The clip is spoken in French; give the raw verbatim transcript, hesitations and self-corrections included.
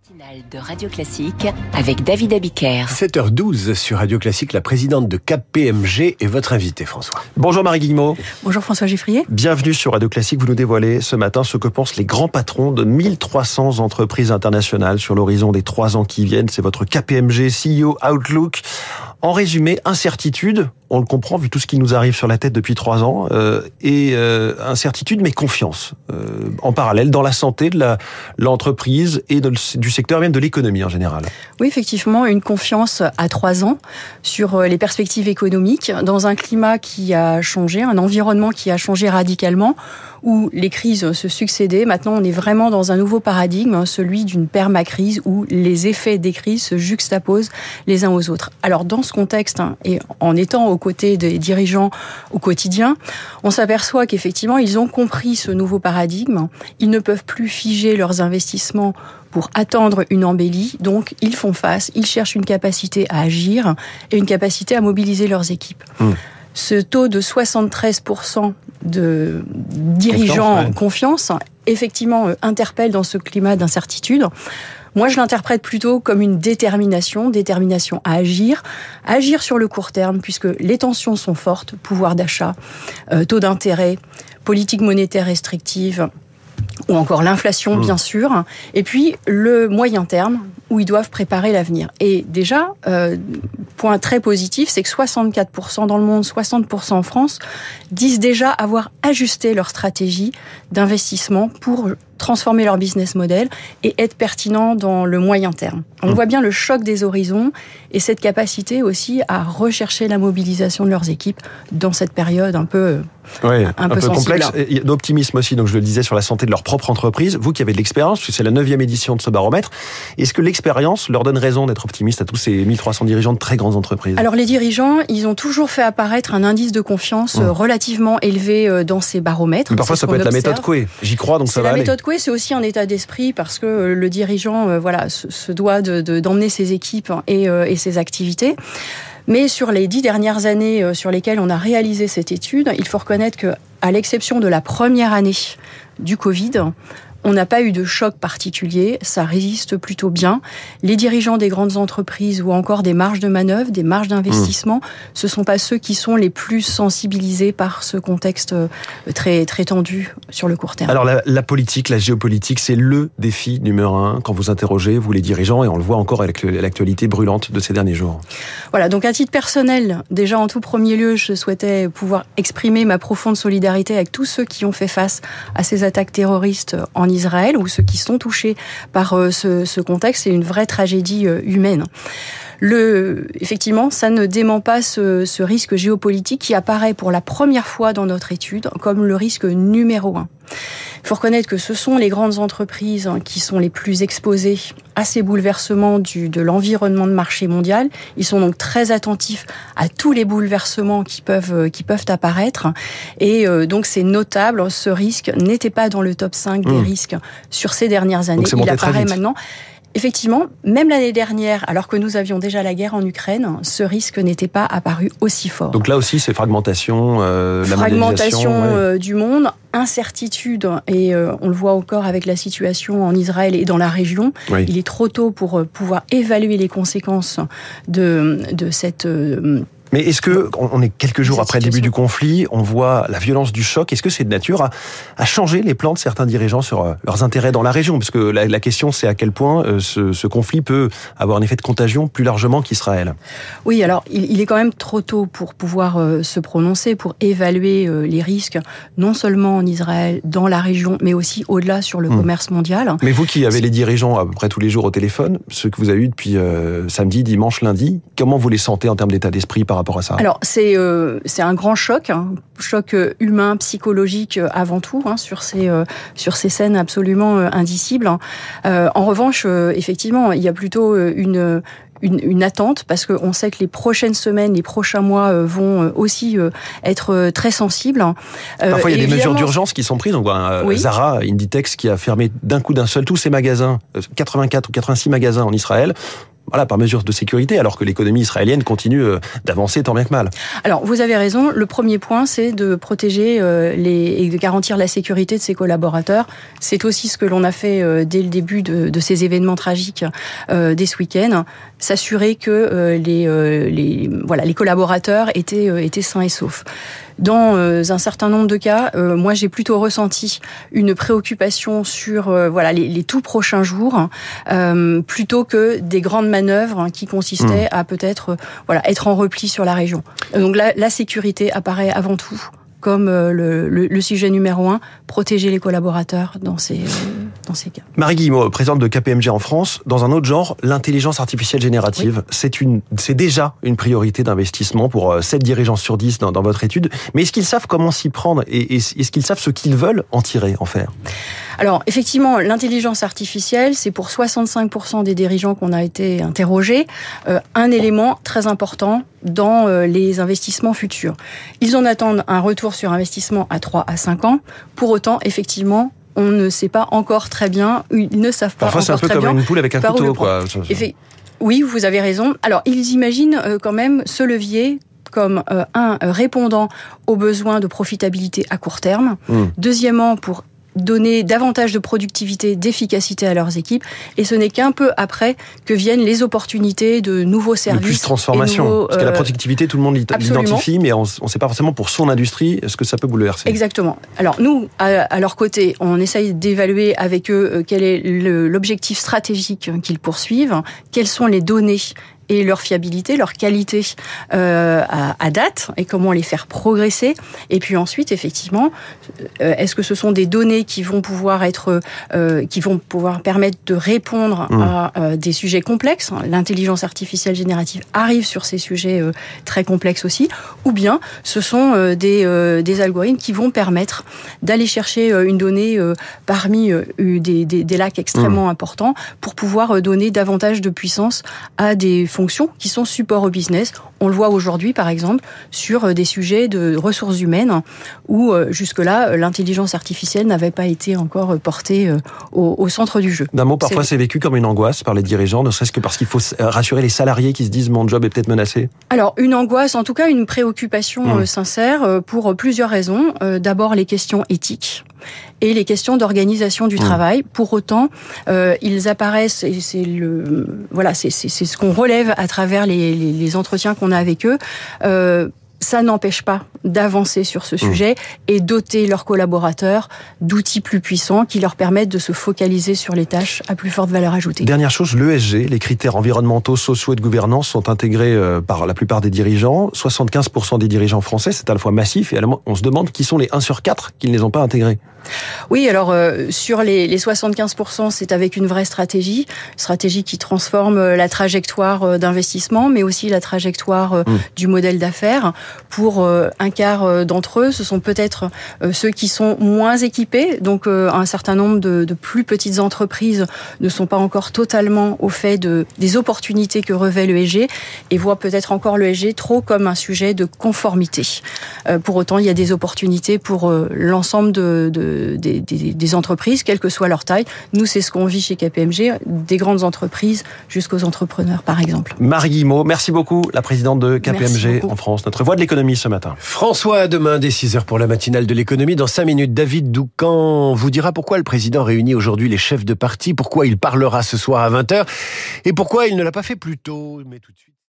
Matinale de Radio Classique avec David Abiker. sept heures douze sur Radio Classique, la présidente de K P M G est votre invitée, François. Bonjour Marie Guillemot. Bonjour François Giffrier. Bienvenue sur Radio Classique. Vous nous dévoilez ce matin ce que pensent les grands patrons de mille trois cents entreprises internationales sur l'horizon des trois ans qui viennent. C'est votre K P M G C E O Outlook. En résumé, incertitude, on le comprend vu tout ce qui nous arrive sur la tête depuis trois ans, euh, et euh, incertitude mais confiance, euh, en parallèle dans la santé de la, l'entreprise et de, du secteur même de l'économie en général. Oui, effectivement, une confiance à trois ans sur les perspectives économiques, dans un climat qui a changé, un environnement qui a changé radicalement, où les crises se succédaient. Maintenant, on est vraiment dans un nouveau paradigme, celui d'une permacrise, où les effets des crises se juxtaposent les uns aux autres. Alors, dans ce contexte, et en étant aux côtés des dirigeants au quotidien, on s'aperçoit qu'effectivement, ils ont compris ce nouveau paradigme. Ils ne peuvent plus figer leurs investissements pour attendre une embellie. Donc, ils font face, ils cherchent une capacité à agir et une capacité à mobiliser leurs équipes. Mmh. Ce taux de soixante-treize pour cent de dirigeants confiance, ouais. confiance effectivement, euh, interpelle dans ce climat d'incertitude. Moi, je l'interprète plutôt comme une détermination, détermination à agir, agir sur le court terme, puisque les tensions sont fortes, pouvoir d'achat, euh, taux d'intérêt, politique monétaire restrictive, ou encore l'inflation, mmh. bien sûr, et puis le moyen terme, où ils doivent préparer l'avenir. Et déjà, euh, point très positif, c'est que soixante-quatre pour cent dans le monde, soixante pour cent en France, disent déjà avoir ajusté leur stratégie d'investissement pour transformer leur business model et être pertinent dans le moyen terme. On mmh. voit bien le choc des horizons et cette capacité aussi à rechercher la mobilisation de leurs équipes dans cette période un peu, ouais, un un peu, peu complexe. sensible. Il y a d'optimisme aussi, donc je le disais, sur la santé de leur propre entreprise. Vous qui avez de l'expérience, c'est la neuvième édition de ce baromètre, est-ce que l'expérience leur donne raison d'être optimiste à tous ces mille trois cents dirigeants de très grandes entreprises? Alors les dirigeants, ils ont toujours fait apparaître un indice de confiance mmh. relativement élevé dans ces baromètres. Mais parfois ça peut être observe. la méthode Coué. J'y crois, donc c'est ça va la aller. méthode Coué, c'est aussi un état d'esprit parce que le dirigeant, euh, voilà, se, se doit de, de, d'emmener ses équipes et, euh, et ses activités. Mais sur les dix dernières années euh, sur lesquelles on a réalisé cette étude, il faut reconnaître que, à l'exception de la première année du Covid, on n'a pas eu de choc particulier, ça résiste plutôt bien. Les dirigeants des grandes entreprises ou encore des marges de manœuvre, des marges d'investissement, mmh. ce ne sont pas ceux qui sont les plus sensibilisés par ce contexte très, très tendu sur le court terme. Alors la, la politique, la géopolitique, c'est le défi numéro un quand vous interrogez, vous les dirigeants, et on le voit encore avec l'actualité brûlante de ces derniers jours. Voilà, donc à titre personnel, déjà en tout premier lieu, je souhaitais pouvoir exprimer ma profonde solidarité avec tous ceux qui ont fait face à ces attaques terroristes en Israël, ou ceux qui sont touchés par euh, ce, ce contexte. C'est une vraie tragédie euh, humaine. Le, effectivement, ça ne dément pas ce, ce risque géopolitique qui apparaît pour la première fois dans notre étude comme le risque numéro un. Il faut reconnaître que ce sont les grandes entreprises qui sont les plus exposées à ces bouleversements du, de l'environnement de marché mondial. Ils sont donc très attentifs à tous les bouleversements qui peuvent, qui peuvent apparaître. Et euh, donc c'est notable, ce risque n'était pas dans le top cinq des mmh. risques sur ces dernières années. Il apparaît maintenant. Effectivement, même l'année dernière, alors que nous avions déjà la guerre en Ukraine, ce risque n'était pas apparu aussi fort. Donc là aussi, c'est fragmentation, euh, la fragmentation ouais. euh, du monde, incertitude, et euh, on le voit encore avec la situation en Israël et dans la région. Oui. Il est trop tôt pour euh, pouvoir évaluer les conséquences de, de cette... Euh, Mais est-ce que, on est quelques jours après le début du conflit, on voit la violence du choc, est-ce que c'est de nature à, à changer les plans de certains dirigeants sur euh, leurs intérêts dans la région? Parce que la, la question, c'est à quel point euh, ce, ce conflit peut avoir un effet de contagion plus largement qu'Israël. Oui, alors il, il est quand même trop tôt pour pouvoir euh, se prononcer, pour évaluer euh, les risques, non seulement en Israël, dans la région, mais aussi au-delà sur le mmh. commerce mondial. Mais vous qui avez c'est... les dirigeants à peu près tous les jours au téléphone, ceux que vous avez eus depuis euh, samedi, dimanche, lundi, comment vous les sentez en termes d'état d'esprit par rapport à ça? Alors c'est euh, c'est un grand choc, hein, choc humain, psychologique euh, avant tout, hein, sur ces euh, sur ces scènes absolument euh, indicibles. Euh, en revanche, euh, effectivement, il y a plutôt une Une, une attente, parce qu'on sait que les prochaines semaines, les prochains mois euh, vont euh, aussi euh, être euh, très sensibles. Euh, Parfois, il y a des mesures d'urgence qui sont prises. On voit euh, oui. Zara, Inditex, qui a fermé d'un coup d'un seul tous ses magasins, quatre-vingt-quatre ou quatre-vingt-six magasins en Israël. voilà, par mesure de sécurité, alors que l'économie israélienne continue d'avancer tant bien que mal. Alors, vous avez raison. Le premier point, c'est de protéger euh, les, et de garantir la sécurité de ses collaborateurs. C'est aussi ce que l'on a fait euh, dès le début de, de ces événements tragiques euh, dès ce week-end. S'assurer que euh, les, euh, les, voilà, les collaborateurs étaient, euh, étaient sains et saufs. Dans euh, un certain nombre de cas, euh, moi j'ai plutôt ressenti une préoccupation sur euh, voilà les, les tout prochains jours, euh, plutôt que des grandes manœuvres hein, qui consistaient mmh. à peut-être euh, voilà être en repli sur la région. Donc là, la sécurité apparaît avant tout comme euh, le, le, le sujet numéro un, protéger les collaborateurs dans ces, euh, dans ces cas. Marie Guillemot, présidente de K P M G en France, dans un autre genre, l'intelligence artificielle générative, oui. c'est, une, c'est déjà une priorité d'investissement pour euh, sept dirigeants sur dix dans, dans votre étude. Mais est-ce qu'ils savent comment s'y prendre et, et est-ce qu'ils savent ce qu'ils veulent en tirer, en faire ? Alors, effectivement, l'intelligence artificielle, c'est pour soixante-cinq pour cent des dirigeants qu'on a été interrogés, euh, un élément très important dans euh, les investissements futurs. Ils en attendent un retour sur investissement à trois à cinq ans. Pour autant, effectivement, on ne sait pas encore très bien, ils ne savent pas Parfois, encore très bien. Parfois, c'est un peu comme une poule avec un couteau, quoi. Effect- oui, vous avez raison. Alors, ils imaginent euh, quand même ce levier comme euh, un euh, répondant aux besoins de profitabilité à court terme. Mmh. Deuxièmement, pour donner davantage de productivité, d'efficacité à leurs équipes. Et ce n'est qu'un peu après que viennent les opportunités de nouveaux services. De plus de transformation. Nouveaux, parce que la productivité, tout le monde l'identifie, mais on ne sait pas forcément pour son industrie ce que ça peut bouleverser. Exactement. Alors nous, à, à leur côté, on essaye d'évaluer avec eux quel est le, l'objectif stratégique qu'ils poursuivent, quelles sont les données et leur fiabilité, leur qualité euh, à, à date, et comment les faire progresser. Et puis ensuite, effectivement, euh, est-ce que ce sont des données qui vont pouvoir être, euh, qui vont pouvoir permettre de répondre mmh. à euh, des sujets complexes. L'intelligence artificielle générative arrive sur ces sujets euh, très complexes aussi. Ou bien, ce sont euh, des, euh, des algorithmes qui vont permettre d'aller chercher euh, une donnée euh, parmi euh, des, des, des lacs extrêmement mmh. importants pour pouvoir euh, donner davantage de puissance à des fonctions qui sont support au business. On le voit aujourd'hui, par exemple, sur des sujets de ressources humaines où, jusque-là, l'intelligence artificielle n'avait pas été encore portée au, au centre du jeu. D'un mot, parfois, c'est... c'est vécu comme une angoisse par les dirigeants, ne serait-ce que parce qu'il faut rassurer les salariés qui se disent « mon job est peut-être menacé ». Alors, une angoisse, en tout cas, une préoccupation mmh. sincère pour plusieurs raisons. D'abord, les questions éthiques et les questions d'organisation du mmh. travail. Pour autant, euh, ils apparaissent, et c'est le, voilà, c'est, c'est, c'est ce qu'on relève à travers les, les, les entretiens qu'on a avec eux. Euh, ça n'empêche pas d'avancer sur ce sujet mmh. et doter leurs collaborateurs d'outils plus puissants qui leur permettent de se focaliser sur les tâches à plus forte valeur ajoutée. Dernière chose, l'E S G, les critères environnementaux, sociaux et de gouvernance sont intégrés par la plupart des dirigeants. soixante-quinze pour cent des dirigeants français, c'est à la fois massif et on se demande qui sont les un sur quatre qui ne les ont pas intégrés. Oui, alors euh, sur les, les soixante-quinze pour cent, c'est avec une vraie stratégie, stratégie qui transforme la trajectoire d'investissement, mais aussi la trajectoire euh, mmh. du modèle d'affaires. Pour euh, un quart d'entre eux, ce sont peut-être euh, ceux qui sont moins équipés, donc euh, un certain nombre de, de plus petites entreprises ne sont pas encore totalement au fait de, des opportunités que revêt l'E S G et voient peut-être encore l'E S G trop comme un sujet de conformité. Euh, pour autant, il y a des opportunités pour euh, l'ensemble de, de Des, des, des entreprises, quelle que soit leur taille. Nous, c'est ce qu'on vit chez K P M G, des grandes entreprises jusqu'aux entrepreneurs, par exemple. Marie Guillemot, merci beaucoup, la présidente de K P M G en France, notre voix de l'économie ce matin. François, à demain, dès six heures pour la matinale de l'économie. Dans cinq minutes, David Doucan vous dira pourquoi le président réunit aujourd'hui les chefs de parti, pourquoi il parlera ce soir à vingt heures et pourquoi il ne l'a pas fait plus tôt. Mais tout de suite.